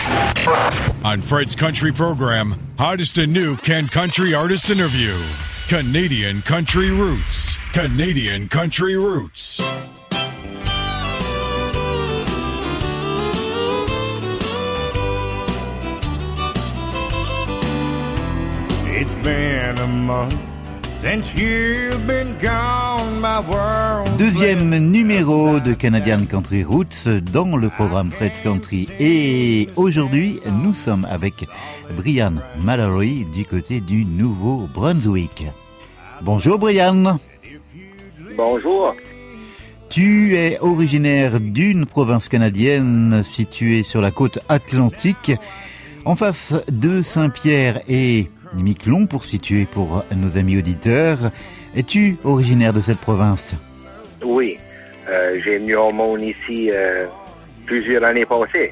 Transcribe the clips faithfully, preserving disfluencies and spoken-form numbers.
On Fred's Country program, hottest and new Can Country Artist Interview. Canadian Country Roots. Canadian Country Roots. It's been a month since you've been gone, my world. Deuxième numéro de Canadian Country Roots dans le programme Fred's Country. Et aujourd'hui, nous sommes avec Brian Mallory du côté du Nouveau-Brunswick. Bonjour Brian. Bonjour. Tu es originaire d'une province canadienne située sur la côte atlantique, en face de Saint-Pierre et Miquelon, pour situer pour nos amis auditeurs. Es-tu originaire de cette province? Oui, euh, j'ai venu au monde ici euh, plusieurs années passées.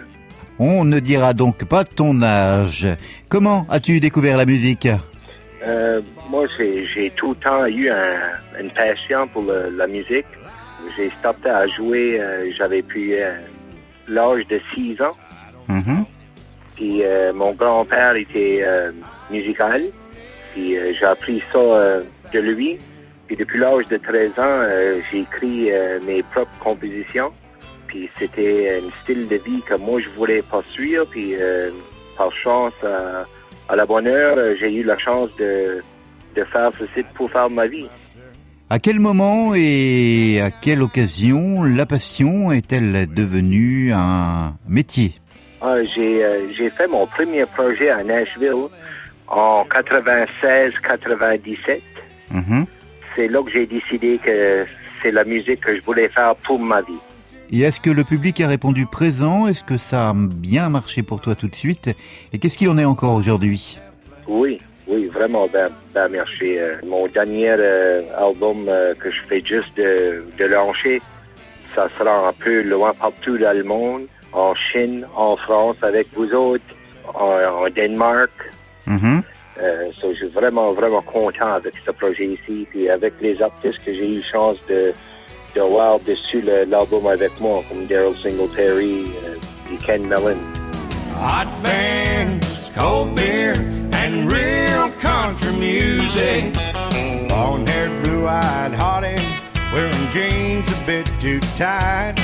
On ne dira donc pas ton âge. Comment as-tu découvert la musique? euh, Moi, j'ai, j'ai tout le temps eu un, une passion pour le, la musique. J'ai starté à jouer, euh, j'avais plus euh, l'âge de six ans. Mm-hmm. Puis euh, mon grand-père était euh, musical. Puis euh, j'ai appris ça euh, de lui. Puis depuis l'âge de treize ans, euh, j'ai écrit euh, mes propres compositions. Puis c'était un style de vie que moi je voulais poursuivre. Puis euh, par chance, à, à la bonne heure, j'ai eu la chance de, de faire ceci pour faire ma vie. À quel moment et à quelle occasion la passion est-elle devenue un métier? Ah, j'ai, euh, j'ai fait mon premier projet à Nashville en quatre-vingt-seize quatre-vingt-dix-sept. Mm-hmm. C'est là que j'ai décidé que c'est la musique que je voulais faire pour ma vie. Et est-ce que le public a répondu présent? Est-ce que ça a bien marché pour toi tout de suite? Et qu'est-ce qu'il en est encore aujourd'hui? Oui, oui, vraiment bien, bien marché. Euh, mon dernier euh, album euh, que je fais juste de, de lancer, ça sera un peu loin partout dans le monde. En Chine, en France, avec vous autres, en, en Danemark. Mm-hmm. Euh, so, je suis vraiment, vraiment content avec ce projet ici, puis avec les artistes que j'ai eu chance de, de voir dessus le, l'album avec moi, comme Daryl Singletary euh, et Ken Mellon. Hot bands, cold beer, and real country music. Long-haired, blue-eyed hottie, wearing jeans a bit too tight.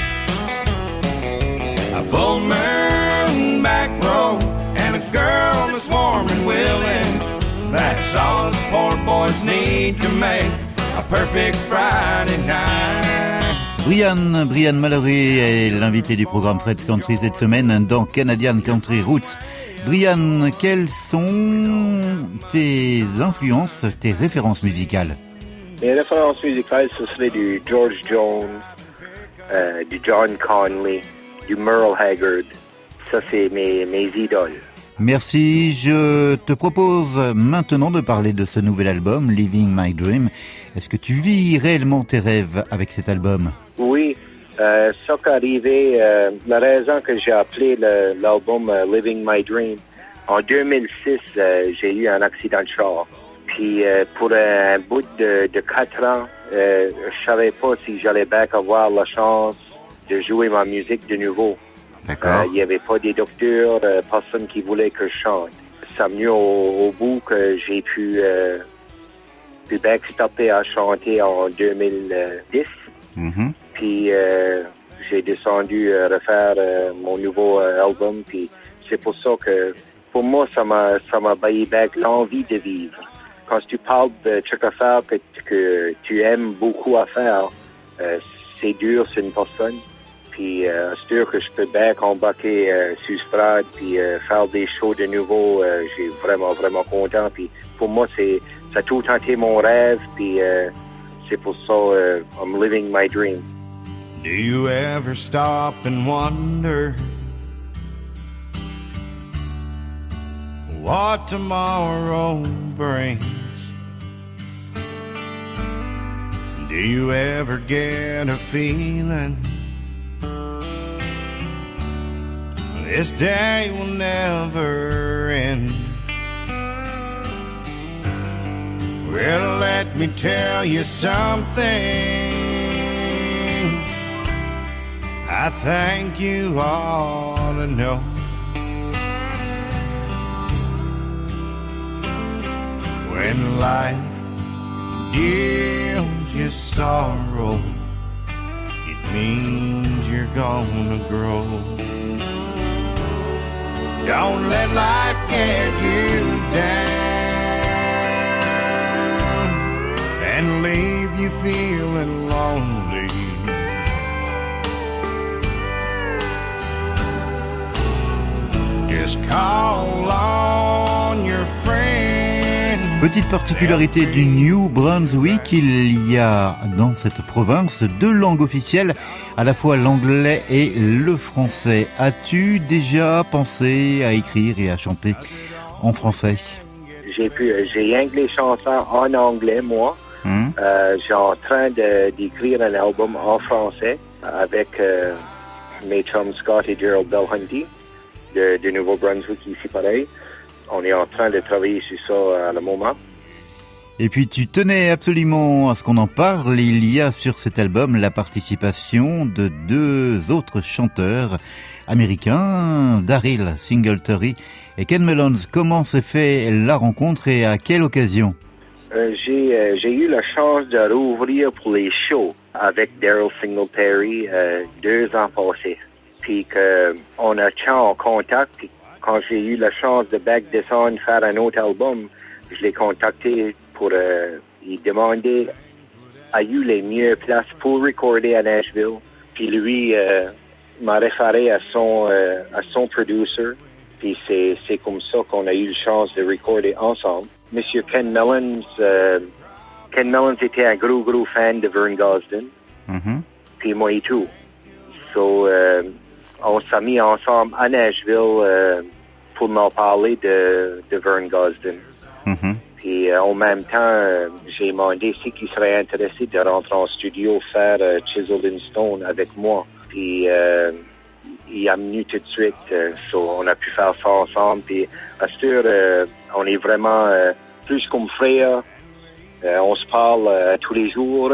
A full moon back row and a girl that's warm and willing. That's all us poor boys need to make a perfect Friday night. Brian, Brian Mallory est l'invité du programme Fred's Country cette semaine dans Canadian Country Roots. Brian, quelles sont tes influences, tes références musicales? Mes références musicales, ce serait du George Jones, euh, du John Conley, du Merle Haggard. Ça, c'est mes, mes idoles. Merci. Je te propose maintenant de parler de ce nouvel album, Living My Dream. Est-ce que tu vis réellement tes rêves avec cet album? Oui. Euh, ça qui est arrivé, euh, la raison que j'ai appelé le, l'album uh, Living My Dream, en deux mille six, euh, j'ai eu un accident de char. Puis euh, pour un bout de, de quatre ans, euh, je savais pas si j'allais bien avoir la chance de jouer ma musique de nouveau. D'accord. Il n'y euh, avait pas des docteurs, euh, personne qui voulait que je chante. Ça m'est venu au, au bout que j'ai pu, euh, pu backstarter à chanter en deux mille dix. Mm-hmm. Puis euh, j'ai descendu euh, refaire euh, mon nouveau euh, album. Puis c'est pour ça que pour moi, ça m'a ça m'a baillé back l'envie de vivre. Quand tu parles de quelque chose que, que tu aimes beaucoup à faire, euh, c'est dur, c'est une personne. Puis euh, c'est sûr que je peux bien embarquer euh, sur Strad puis euh, faire des shows de nouveau. Euh, j'ai vraiment, vraiment content. Puis pour moi, c'est ça a tout le temps été mon rêve. Puis euh, c'est pour ça euh, I'm living my dream. Do you ever stop and wonder what tomorrow brings? Do you ever get a feeling this day will never end? Well, let me tell you something. I think you ought to know. When life deals you sorrow, it means you're gonna grow. Don't let life get you down and leave you feeling lonely. Just call on your friend. Petite particularité du New Brunswick, il y a dans cette province deux langues officielles, à la fois l'anglais et le français. As-tu déjà pensé à écrire et à chanter en français? J'ai pu, j'ai écrit les chansons en anglais, moi. Mmh. Euh, j'ai en train de, d'écrire un album en français avec euh, mes chums Scott et Gerald Belhunty de, de Nouveau-Brunswick, ici pareil. On est en train de travailler sur ça à le moment. Et puis tu tenais absolument à ce qu'on en parle. Il y a sur cet album la participation de deux autres chanteurs américains, Daryl Singletary et Ken Mullins. Comment s'est fait la rencontre et à quelle occasion? euh, j'ai, euh, j'ai eu la chance de rouvrir pour les shows avec Daryl Singletary euh, deux ans passés. Puis qu'on a été en contact. Puis quand j'ai eu la chance de back descendre faire un autre album, je l'ai contacté pour euh, lui demander a eu les meilleures places pour recorder à Nashville. Puis lui euh, m'a référé à son euh, à son producer. Puis c'est c'est comme ça qu'on a eu la chance de recorder ensemble. Monsieur Ken Mullins, euh, Ken Mullins était un gros gros fan de Vern Gosdin. Mm-hmm. Puis moi et tout. So euh, on s'est mis ensemble à Nashville euh, pour m'en parler de, de Vern Gosdin. Mm-hmm. Puis euh, en même temps, euh, j'ai demandé si qui serait intéressé de rentrer en studio faire euh, Chisel and Stone avec moi. Puis euh, il a venu tout de suite. Euh, so on a pu faire ça ensemble. Puis à ce heure, euh, on est vraiment euh, plus comme frères. Euh, on se parle euh, tous les jours.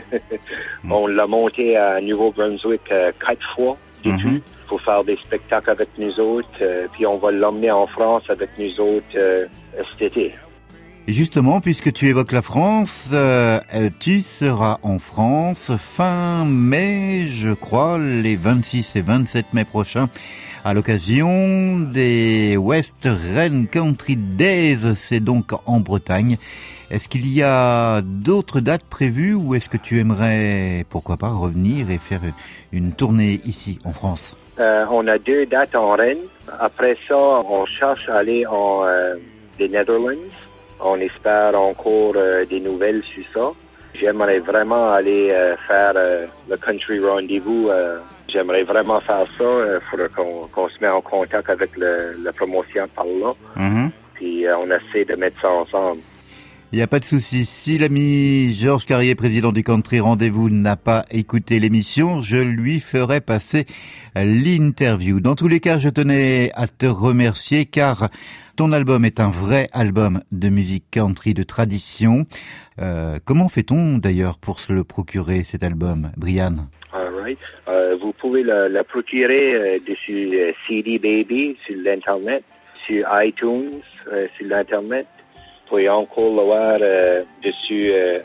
mm. On l'a monté à Nouveau-Brunswick euh, quatre fois depuis mm-hmm. pour faire des spectacles avec nous autres. Euh, puis on va l'emmener en France avec nous autres euh, cet été. Et justement, puisque tu évoques la France, euh, tu seras en France fin mai, je crois, les vingt-six et vingt-sept mai prochains, à l'occasion des West Rhine Country Days, c'est donc en Bretagne. Est-ce qu'il y a d'autres dates prévues ou est-ce que tu aimerais, pourquoi pas, revenir et faire une tournée ici, en France? euh, On a deux dates en Rennes. Après ça, on cherche à aller en euh, les Netherlands. On espère encore euh, des nouvelles sur ça. J'aimerais vraiment aller euh, faire euh, le Country Rendez-vous. Euh, j'aimerais vraiment faire ça. Il euh, faudrait qu'on, qu'on se mette en contact avec le, le promotion par là. Mm-hmm. Puis euh, on essaie de mettre ça ensemble. Il n'y a pas de souci. Si l'ami Georges Carrier, président du Country Rendez-vous, n'a pas écouté l'émission, je lui ferai passer l'interview. Dans tous les cas, je tenais à te remercier car ton album est un vrai album de musique country de tradition. Euh, comment fait-on d'ailleurs pour se le procurer, cet album, Brian? All right. Euh, vous pouvez le, le procurer euh, dessus euh, C D Baby sur l'Internet, sur iTunes, euh, sur l'Internet. Vous pouvez encore le voir euh, dessus euh,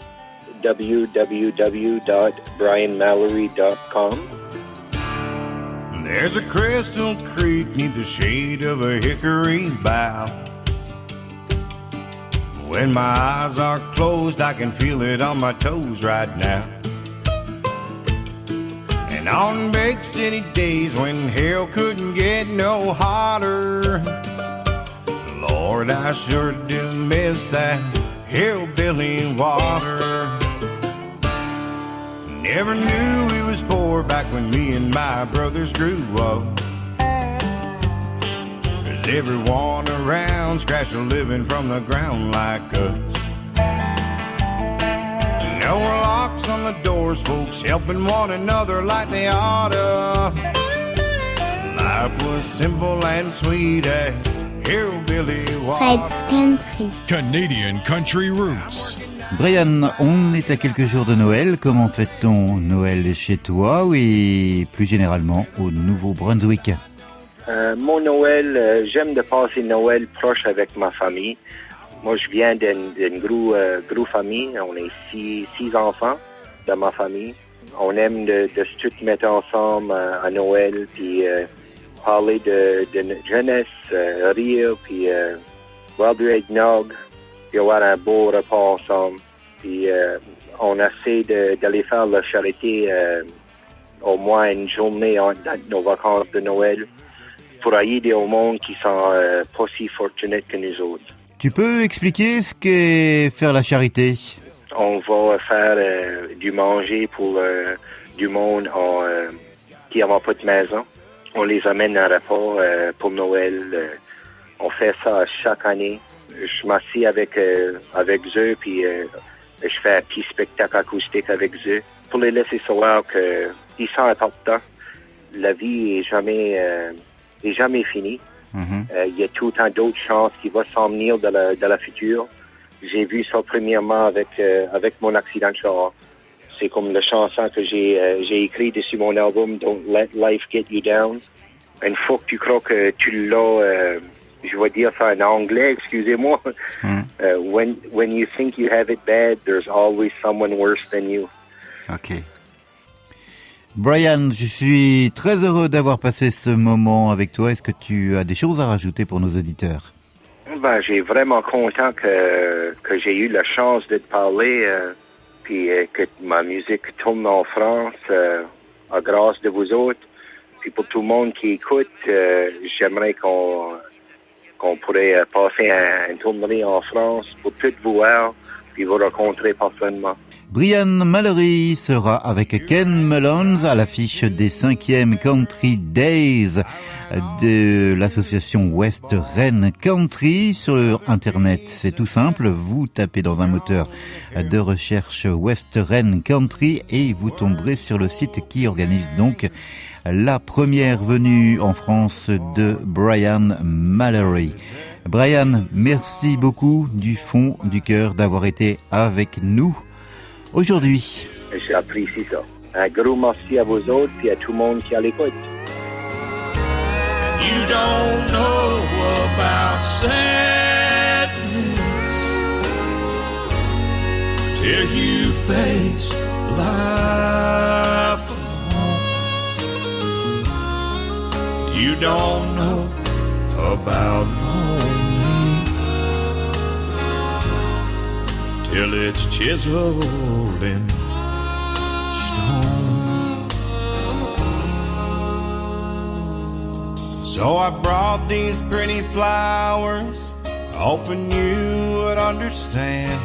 w w w dot brian mallory dot com. There's a crystal creek neath the shade of a hickory bough. When my eyes are closed, I can feel it on my toes right now. And on big city days when hell couldn't get no hotter, Lord, I sure do miss that hillbilly water. Never knew we was poor back when me and my brothers grew up. 'Cause everyone around scratched a living from the ground like us. No locks on the doors, folks helping one another like they oughta. Life was simple and sweet as hillbilly water. Canadian Country Roots. Brian, on est à quelques jours de Noël. Comment fête-t-on Noël chez toi et plus généralement au Nouveau-Brunswick? Euh, mon Noël, euh, j'aime de passer Noël proche avec ma famille. Moi, je viens d'une, d'une gros, euh, gros famille. On est six, six enfants dans ma famille. On aime de, de se tous mettre ensemble euh, à Noël, puis euh, parler de, de notre jeunesse, euh, rire, puis euh, boire du eggnog, puis avoir un beau repas ensemble. Puis euh, on essaie de, d'aller faire la charité euh, au moins une journée en, dans nos vacances de Noël pour aider au monde qui sont euh, pas si fortunés que nous autres. Tu peux expliquer ce qu'est faire la charité? On va faire euh, du manger pour euh, du monde en, euh, qui n'a pas de maison. On les amène un repas euh, pour Noël. Euh, on fait ça chaque année. Je m'assieds avec euh, avec eux, puis euh, je fais un petit spectacle acoustique avec eux pour les laisser savoir que ils sont importants. La vie est jamais euh, est jamais finie. Mm-hmm. Euh, il y a tout un d'autres chances qui vont s'en venir de la de la future. J'ai vu ça premièrement avec euh, avec mon accident de char. C'est comme la chanson que j'ai euh, j'ai écrit dessus mon album Don't Let Life Get You Down. Une fois que tu crois que tu l'as, euh, je vais dire ça en anglais, excusez-moi. Mm. Uh, when when you think you have it bad, there's always someone worse than you. Ok. Brian, je suis très heureux d'avoir passé ce moment avec toi. Est-ce que tu as des choses à rajouter pour nos auditeurs? Ben, j'ai vraiment content que que j'ai eu la chance de te parler, euh, puis euh, que ma musique tourne en France euh, à grâce de vous autres. Puis pour tout le monde qui écoute, euh, j'aimerais qu'on qu'on pourrait euh, passer un, une tournée en France pour tout vous voir, puis vous rencontrer personnellement. Brian Mallory sera avec Ken Mullins à l'affiche des cinquièmes Country Days de l'association West Rennes Country. Sur le internet, c'est tout simple. Vous tapez dans un moteur de recherche West Rennes Country et vous tomberez sur le site qui organise donc la première venue en France de Brian Mallory. Brian, merci beaucoup du fond du cœur d'avoir été avec nous aujourd'hui. J'apprécie ça. Un gros merci à vous autres et à tout le monde qui est à l'écoute. You don't know about sadness till you face life alone. You don't know about lonely till it's chiseled in stone. So I brought these pretty flowers, hoping you would understand.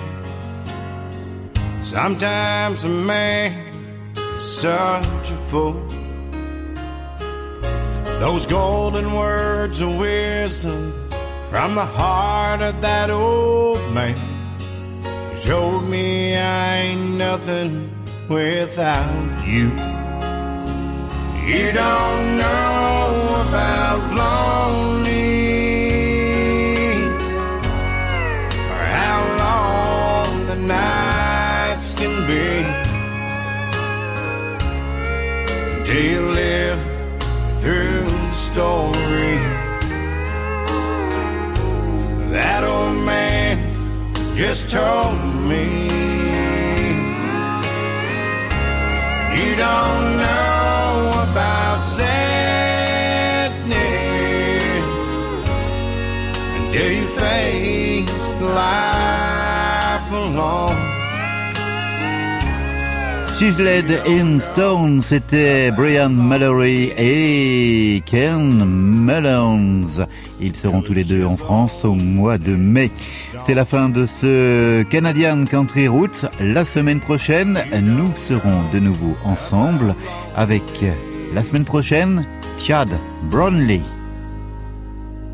Sometimes a man is such a fool. Those golden words of wisdom from the heart of that old man showed me I ain't nothing without you. You don't know about lonely or how long the nights can be until you live through the story. That old man just told me. You don't know about sadness until you face life alone. Chiseled in Stone, c'était Brian Mallory et Ken Mullins. Ils seront tous les deux en France au mois de mai. C'est la fin de ce Canadian Country Roots. La semaine prochaine, nous serons de nouveau ensemble avec, la semaine prochaine, Chad Brownlee.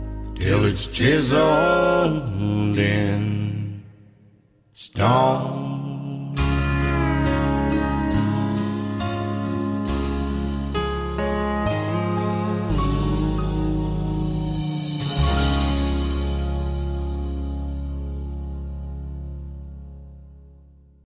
Till it's chiseled in stone.